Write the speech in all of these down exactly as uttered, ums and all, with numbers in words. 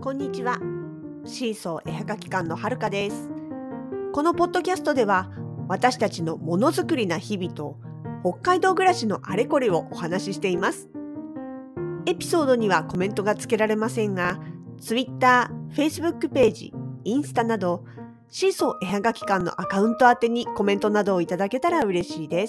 こんにちは。シーソー絵はがき館のはるかです。このポッドキャストでは、私たちのものづくりな日々と北海道暮らしのあれこれをお話ししています。エピソードにはコメントがつけられませんが、Twitter、Facebook ページ、インスタなどシーソー絵はがき館のアカウント宛てにコメントなどをいただけたら嬉しいです。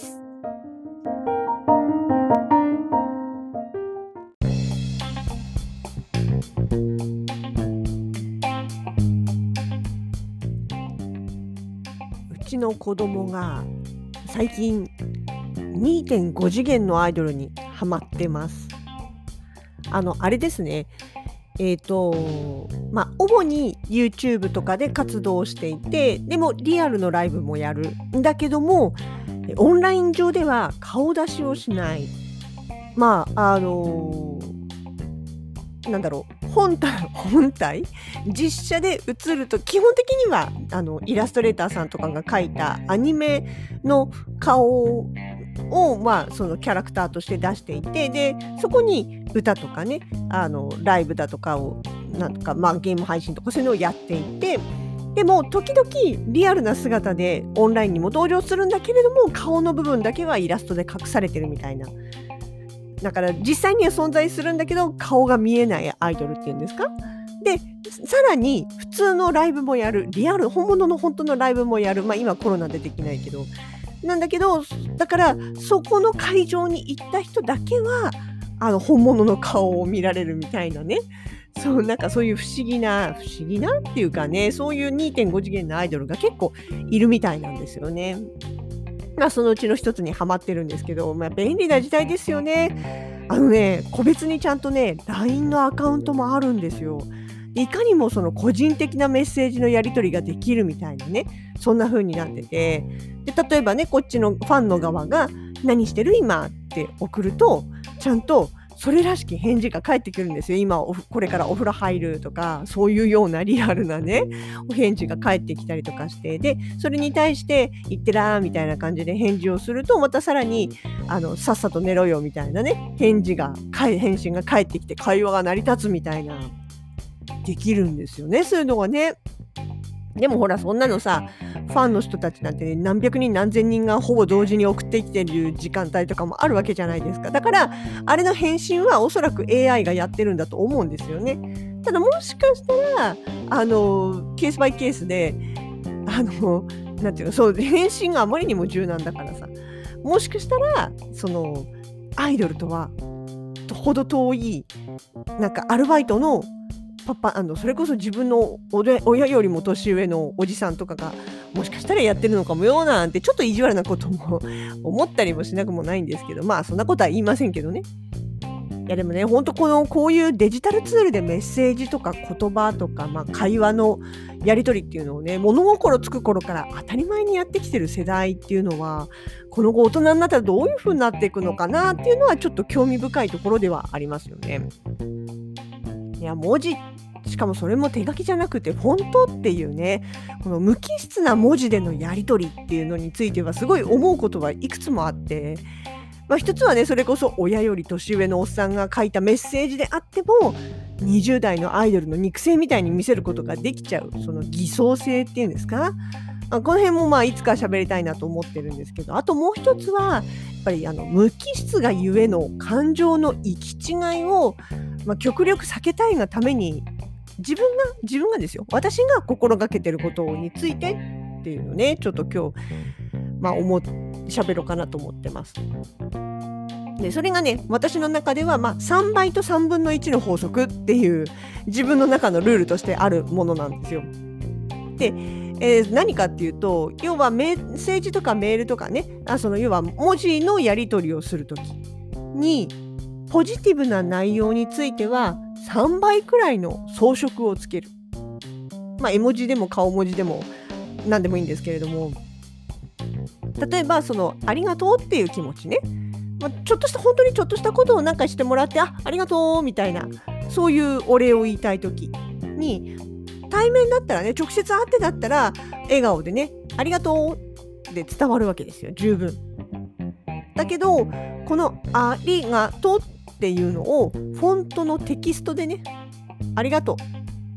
うちの子供が最近 にてんご 次元のアイドルにハマってます。あのあれですね。えっとまあ主に YouTube とかで活動していて、でもリアルのライブもやるんだけども、オンライン上では顔出しをしない。まああのなんだろう本体本体実写で映ると基本的にはあのイラストレーターさんとかが描いたアニメの顔を、まあ、そのキャラクターとして出していて、でそこに歌とかね、あのライブだとかをなんとか、まあ、ゲーム配信とかそういうのをやっていて、でも時々リアルな姿でオンラインにも登場するんだけれども、顔の部分だけはイラストで隠されてるみたいな。だから実際には存在するんだけど顔が見えないアイドルっていうんですか。でさらに普通のライブもやる、リアル本物の本当のライブもやる。まあ今コロナでできないけどなんだけど、だからそこの会場に行った人だけはあの本物の顔を見られるみたいなね。そうなんかそういう不思議な不思議なっていうかね、そういう にてんご 次元のアイドルが結構いるみたいなんですよね。まあ、そのうちの一つにハマってるんですけど、まあ、便利な時代ですよね。あのね、個別にちゃんとね、ライン のアカウントもあるんですよ。いかにもその個人的なメッセージのやり取りができるみたいなね、そんな風になってて、で例えばね、こっちのファンの側が何してる今って送ると、ちゃんとそれらしき返事が返ってくるんですよ。今これからお風呂入るとか、そういうようなリアルなねお返事が返ってきたりとかして、でそれに対して言ってらーみたいな感じで返事をすると、またさらにあのさっさと寝ろよみたいなね返事が返信が返ってきて、会話が成り立つみたいな、できるんですよね、そういうのがね。でもほらそんなのさ、ファンの人たちなんて、ね、何百人何千人がほぼ同時に送ってきてる時間帯とかもあるわけじゃないですか。だからあれの返信はおそらく エーアイ がやってるんだと思うんですよね。ただもしかしたらあのケースバイケースであのなんていうの、そう返信があまりにも柔軟だからさ、もしかしたらそのアイドルとはほど遠いなんかアルバイトのパパ、あのそれこそ自分の親よりも年上のおじさんとかがもしかしたらやってるのかもよなんて、ちょっと意地悪なことも思ったりもしなくもないんですけど、まあそんなことは言いませんけどね。いやでもね、ほんとこのこういうデジタルツールでメッセージとか言葉とか、まあ、会話のやり取りっていうのをね、物心つく頃から当たり前にやってきてる世代っていうのは、この後大人になったらどういう風になっていくのかなっていうのはちょっと興味深いところではありますよね。いや文字、しかもそれも手書きじゃなくてフォントっていうね、この無機質な文字でのやり取りっていうのについてはすごい思うことはいくつもあって、まあ、一つはね、それこそ親より年上のおっさんが書いたメッセージであってもにじゅう代のアイドルの肉声みたいに見せることができちゃう、その偽装性っていうんですか。この辺もまあいつか喋りたいなと思ってるんですけど、あともう一つはやっぱりあの無機質がゆえの感情の行き違いを、まあ、極力避けたいがために、自分が自分がですよ、私が心がけてることについてっていうのをね、ちょっと今日まあ思っ喋ろうかなと思ってます。でそれがね、私の中ではまあさんばいとさんぶんのいちの法則っていう自分の中のルールとしてあるものなんですよ。で、えー、何かっていうと、要はメッセージとかメールとかね、あその要は文字のやり取りをするときにポジティブな内容についてはさんばいくらいの装飾をつける。まあ絵文字でも顔文字でも何でもいいんですけれども、例えばそのありがとうっていう気持ちね、まあ、ちょっとした本当にちょっとしたことをなんかしてもらって、あ、ありがとうみたいな、そういうお礼を言いたいときに、対面だったらね、直接会ってだったら笑顔でね、ありがとうで伝わるわけですよ、十分。だけどこのありがとうっていうのをフォントのテキストでね、ありがとう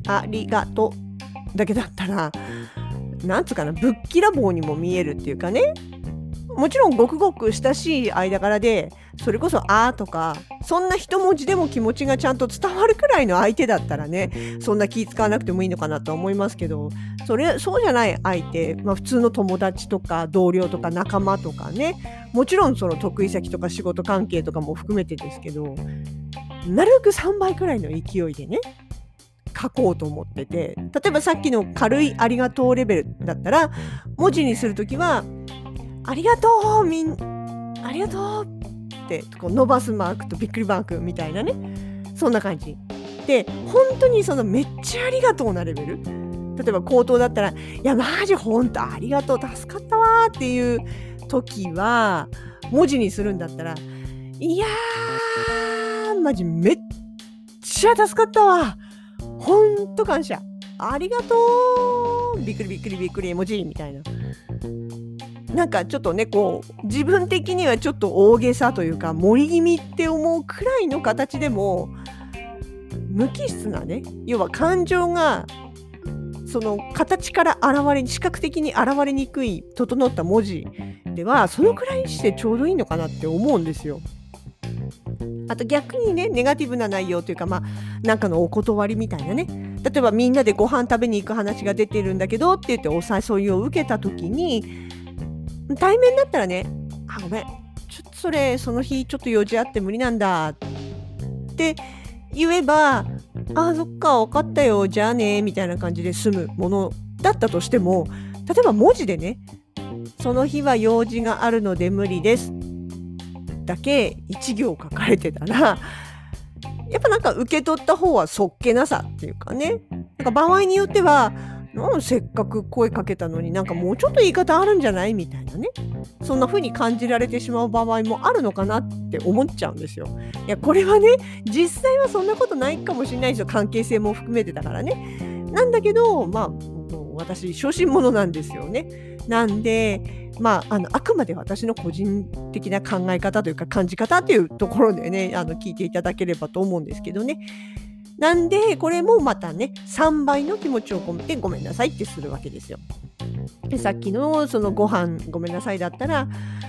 ありがとうだけだったら、なんつうかな、ぶっきらぼうにも見えるっていうかね。もちろんごくごく親しい間柄で、それこそあーとか、そんな一文字でも気持ちがちゃんと伝わるくらいの相手だったらね、そんな気使わなくてもいいのかなと思いますけど、それそうじゃない相手、まあ、普通の友達とか同僚とか仲間とかね、もちろんその得意先とか仕事関係とかも含めてですけど、なるべくさんばいくらいの勢いでね、書こうと思ってて、例えばさっきの軽いありがとうレベルだったら、文字にするときはありがとうみんありがとうってこう伸ばすマークとびっくりマークみたいなね、そんな感じで、本当にそのめっちゃありがとうなレベル、例えば口頭だったら、いやマジ本当ありがとう助かったわーっていう時は、文字にするんだったら、いやーマジめっちゃ助かったわ、ほんと感謝ありがとうびっくりびっくりびっくり絵文字みたいな、なんかちょっとね、こう自分的にはちょっと大げさというか盛り気味って思うくらいの形でも、無機質なね、要は感情がその形から現れ視覚的に現れにくい整った文字では、そのくらいにしてちょうどいいのかなって思うんですよ。あと逆にね、ネガティブな内容というか、まあなんかのお断りみたいなね、例えばみんなでご飯食べに行く話が出てるんだけどって言ってお誘いを受けた時に、対面だったらね、あ、ごめん、ちょっとそれその日ちょっと用事あって無理なんだって言えば、あ、そっか分かったよじゃあねみたいな感じで済むものだったとしても、例えば文字でね、その日は用事があるので無理ですだけ一行書かれてたら、やっぱなんか受け取った方はそっけなさっていうかね、なんか場合によっては、なんせっかく声かけたのになんかもうちょっと言い方あるんじゃないみたいなね、そんな風に感じられてしまう場合もあるのかなって思っちゃうんですよ。いやこれはね、実際はそんなことないかもしれないですよ、関係性も含めてだからね。なんだけど、まあもう私小心者なんですよね。なんでまあ、あのあくまで私の個人的な考え方というか感じ方というところでね、あの聞いていただければと思うんですけどね。なんでこれもまたね、さんばいの気持ちを込めてごめんなさいってするわけですよ。でさっきのそのご飯ごめんなさいだったら、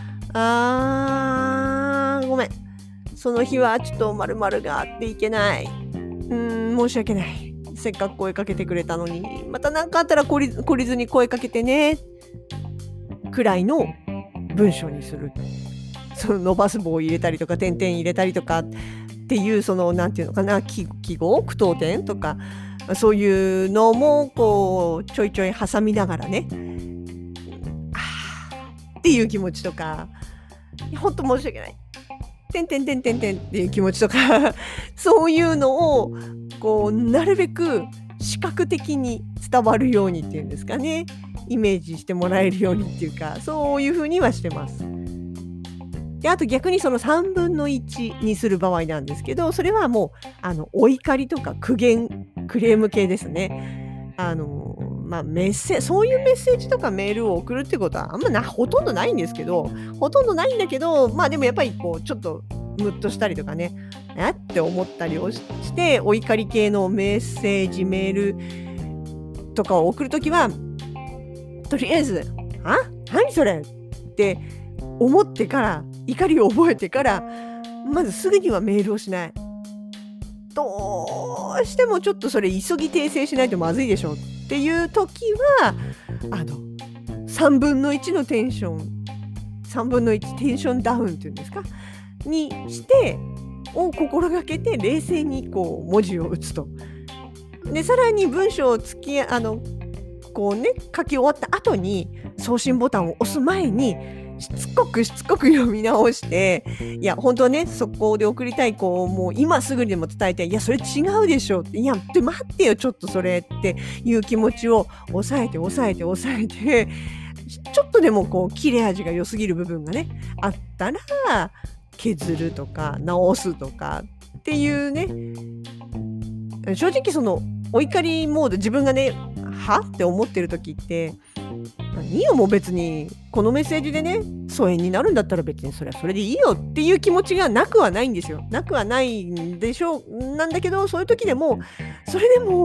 あーごめん、その日はちょっと〇〇があっていけない、うーん申し訳ない、せっかく声かけてくれたのに、また何かあったら懲り、懲りずに声かけてねくらいの文章にする。その伸ばす棒を入れたりとか点々入れたりとかっていう、そのなんていうのかな、記号句読点とかそういうのもこうちょいちょい挟みながらね、あーっていう気持ちとか、ほんと申し訳ない、てんてんてんてんてんっていう気持ちとかそういうのをこうなるべく視覚的に伝わるようにっていうんですかね、イメージしてもらえるようにっていうか、そういう風にはしてます。であと逆にそのさんぶんのいちにする場合なんですけど、それはもうあのお怒りとか苦言クレーム系ですね。あのまあメッセそういうメッセージとかメールを送るってことはあんまなほとんどないんですけど、ほとんどないんだけど、まあでもやっぱりこうちょっとムッとしたりとかね、えって思ったりをしてお怒り系のメッセージメールとかを送るときは、とりあえずあ何それって思ってから、怒りを覚えてからまずすぐにはメールをしない。どうしてもちょっとそれ急ぎ訂正しないとまずいでしょっていう時は、あのさんぶんのいちのテンションさんぶんのいちテンションダウンっていうんですかにしてを心がけて、冷静にこう文字を打つと。でさらに文章をつきあのこうね書き終わった後に送信ボタンを押す前にしつこくしつこく読み直して、いや本当はね速攻で送りたい子をもう今すぐにでも伝えて、いやそれ違うでしょって、いやで待ってよちょっとそれっていう気持ちを抑えて抑えて抑えて、ちょっとでもこう切れ味が良すぎる部分がねあったら削るとか直すとかっていうね、正直そのお怒りモード、自分がねはって思ってる時って、いいよもう別にこのメッセージでね疎遠になるんだったら別にそれはそれでいいよっていう気持ちがなくはないんですよ。なくはないんでしょう。なんだけどそういう時でもそれでも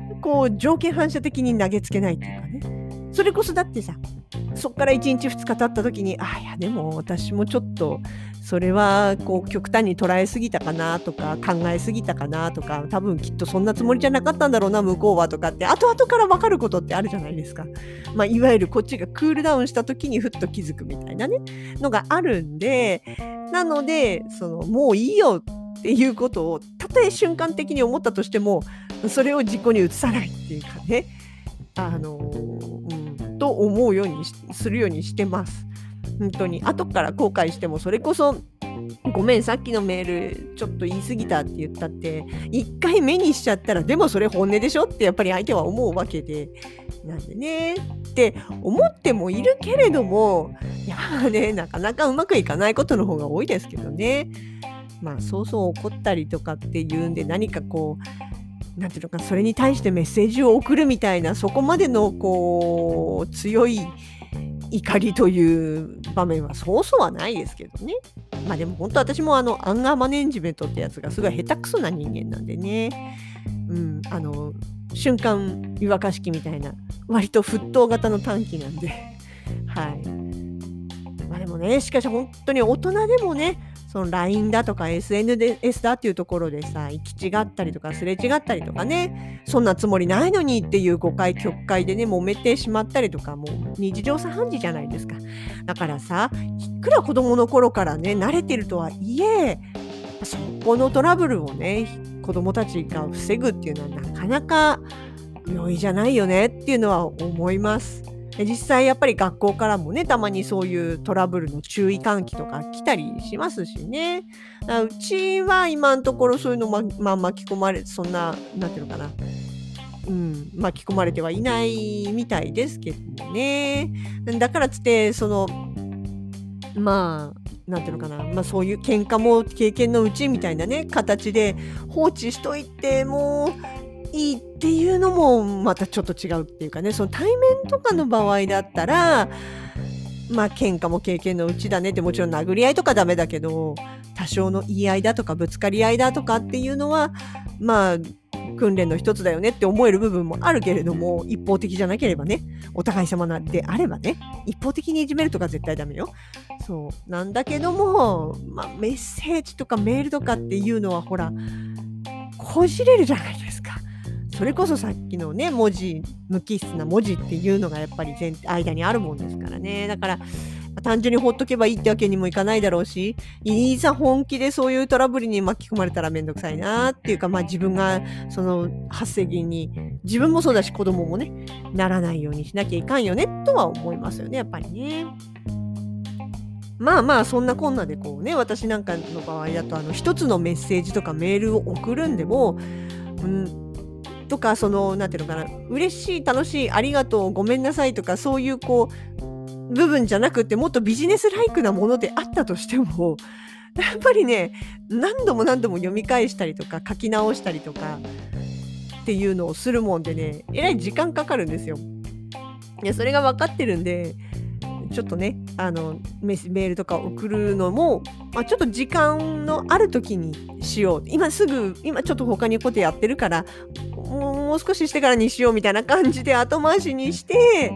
こう条件反射的に投げつけないっていうかね。それこそだってさ、そっからいちにちふつか経った時に、あ、いやでも私もちょっとそれはこう極端に捉えすぎたかなとか考えすぎたかなとか、多分きっとそんなつもりじゃなかったんだろうな向こうはとかって後々から分かることってあるじゃないですか。まあ、いわゆるこっちがクールダウンした時にふっと気づくみたいなねのがあるんで、なのでそのもういいよっていうことをたとえ瞬間的に思ったとしても、それを自己に移さないっていうかね、あのー、うん、と思うようにするようにしてます。本当に後から後悔しても、それこそごめんさっきのメールちょっと言い過ぎたって言ったって一回目にしちゃったら、でもそれ本音でしょってやっぱり相手は思うわけで、なんでねって思ってもいるけれども、いやねなかなかうまくいかないことの方が多いですけどね。まあそうそう怒ったりとかっていうんで、何かこうなんていうのか、それに対してメッセージを送るみたいな、そこまでのこう強い怒りという場面はそうそうはないですけどね。まあでも本当私もあのアンガーマネジメントってやつがすごい下手くそな人間なんでね。うん、あの瞬間湯沸かし器みたいな割と沸騰型の短期なんで、はい。まあでもね、しかし本当に大人でもね、その ライン だとか エスエヌエス だっていうところでさ、行き違ったりとかすれ違ったりとかね、そんなつもりないのにっていう誤解曲解でね揉めてしまったりとか、もう日常茶飯事じゃないですか。だからさ、いくら子供の頃からね慣れてるとはいえ、そこのトラブルをね子供たちが防ぐっていうのはなかなか容易じゃないよねっていうのは思います。実際やっぱり学校からもねたまにそういうトラブルの注意喚起とか来たりしますしね。うちは今のところそういうのま、まあ、巻き込まれそんななんていうのかな、うん、巻き込まれてはいないみたいですけどもね。だからつってそのまあなんていうのかな、まあ、そういう喧嘩も経験のうちみたいなね形で放置しといてもいいっていうのもまたちょっと違うっていうかね、その対面とかの場合だったらまあ喧嘩も経験のうちだねって、もちろん殴り合いとかダメだけど多少の言い合いだとかぶつかり合いだとかっていうのはまあ訓練の一つだよねって思える部分もあるけれども、一方的じゃなければね、お互い様なんであればね、一方的にいじめるとか絶対ダメよ。そうなんだけども、まあ、メッセージとかメールとかっていうのはほらこじれるじゃないですか。それこそさっきのね文字無機質な文字っていうのがやっぱり全間にあるもんですからね。だから単純にほっとけばいいってわけにもいかないだろうし、いざ本気でそういうトラブルに巻き込まれたらめんどくさいなっていうか、まあ自分がその発生源に自分もそうだし子供もねならないようにしなきゃいかんよねとは思いますよね、やっぱりね。まあまあそんなこんなでこうね、私なんかの場合だとあの一つのメッセージとかメールを送るんでも、うんとかそのなんていうのかな、嬉しい楽しいありがとうごめんなさいとかそういうこう部分じゃなくて、もっとビジネスライクなものであったとしてもやっぱりね何度も何度も読み返したりとか書き直したりとかっていうのをするもんでね、えらい時間かかるんですよ。いやそれが分かってるんで、ちょっとねあのメールとか送るのも、まあ、ちょっと時間のある時にしよう、今すぐ今ちょっと他にことやってるからもう少ししてからにしようみたいな感じで後回しにして、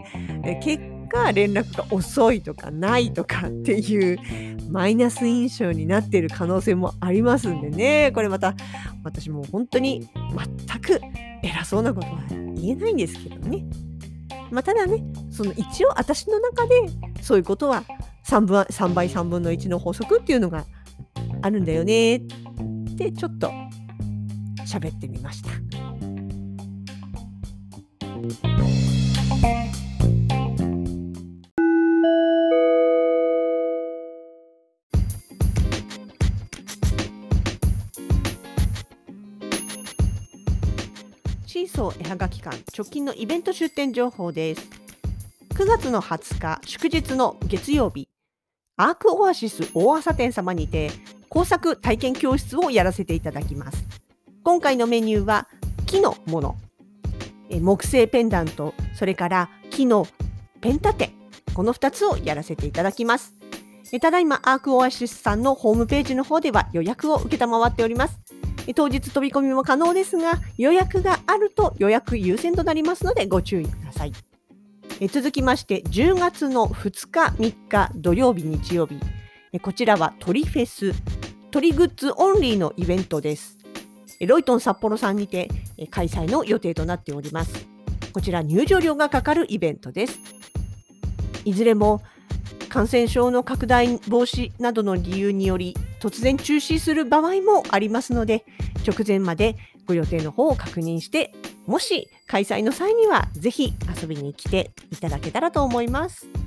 え結果連絡が遅いとかないとかっていうマイナス印象になっている可能性もありますんでね。これまた私も本当に全く偉そうなことは言えないんですけどね。まあ、ただね、その一応私の中でそういうことはさんぶんさんばいさんぶんのいちの法則っていうのがあるんだよねってちょっと喋ってみました。シーソー絵はがき館直近のイベント出店情報です。くがつのはつか祝日の月曜日、アークオアシス大朝店様にて工作体験教室をやらせていただきます。今回のメニューは木のもの、木製ペンダント、それから木のペン立て、このふたつをやらせていただきます。ただいまアークオアシスさんのホームページの方では予約を受けたまわっております。 え当日飛び込みも可能ですが、予約があると予約優先となりますのでご注意ください。え続きましてじゅうがつのふつかみっか土曜日日曜日、えこちらは鳥フェス、鳥グッズオンリーのイベントです。えロイトン札幌さんにてえ開催の予定となっております。こちら入場料がかかるイベントです。いずれも感染症の拡大防止などの理由により突然中止する場合もありますので、直前までご予定の方を確認して、もし開催の際にはぜひ遊びに来ていただけたらと思います。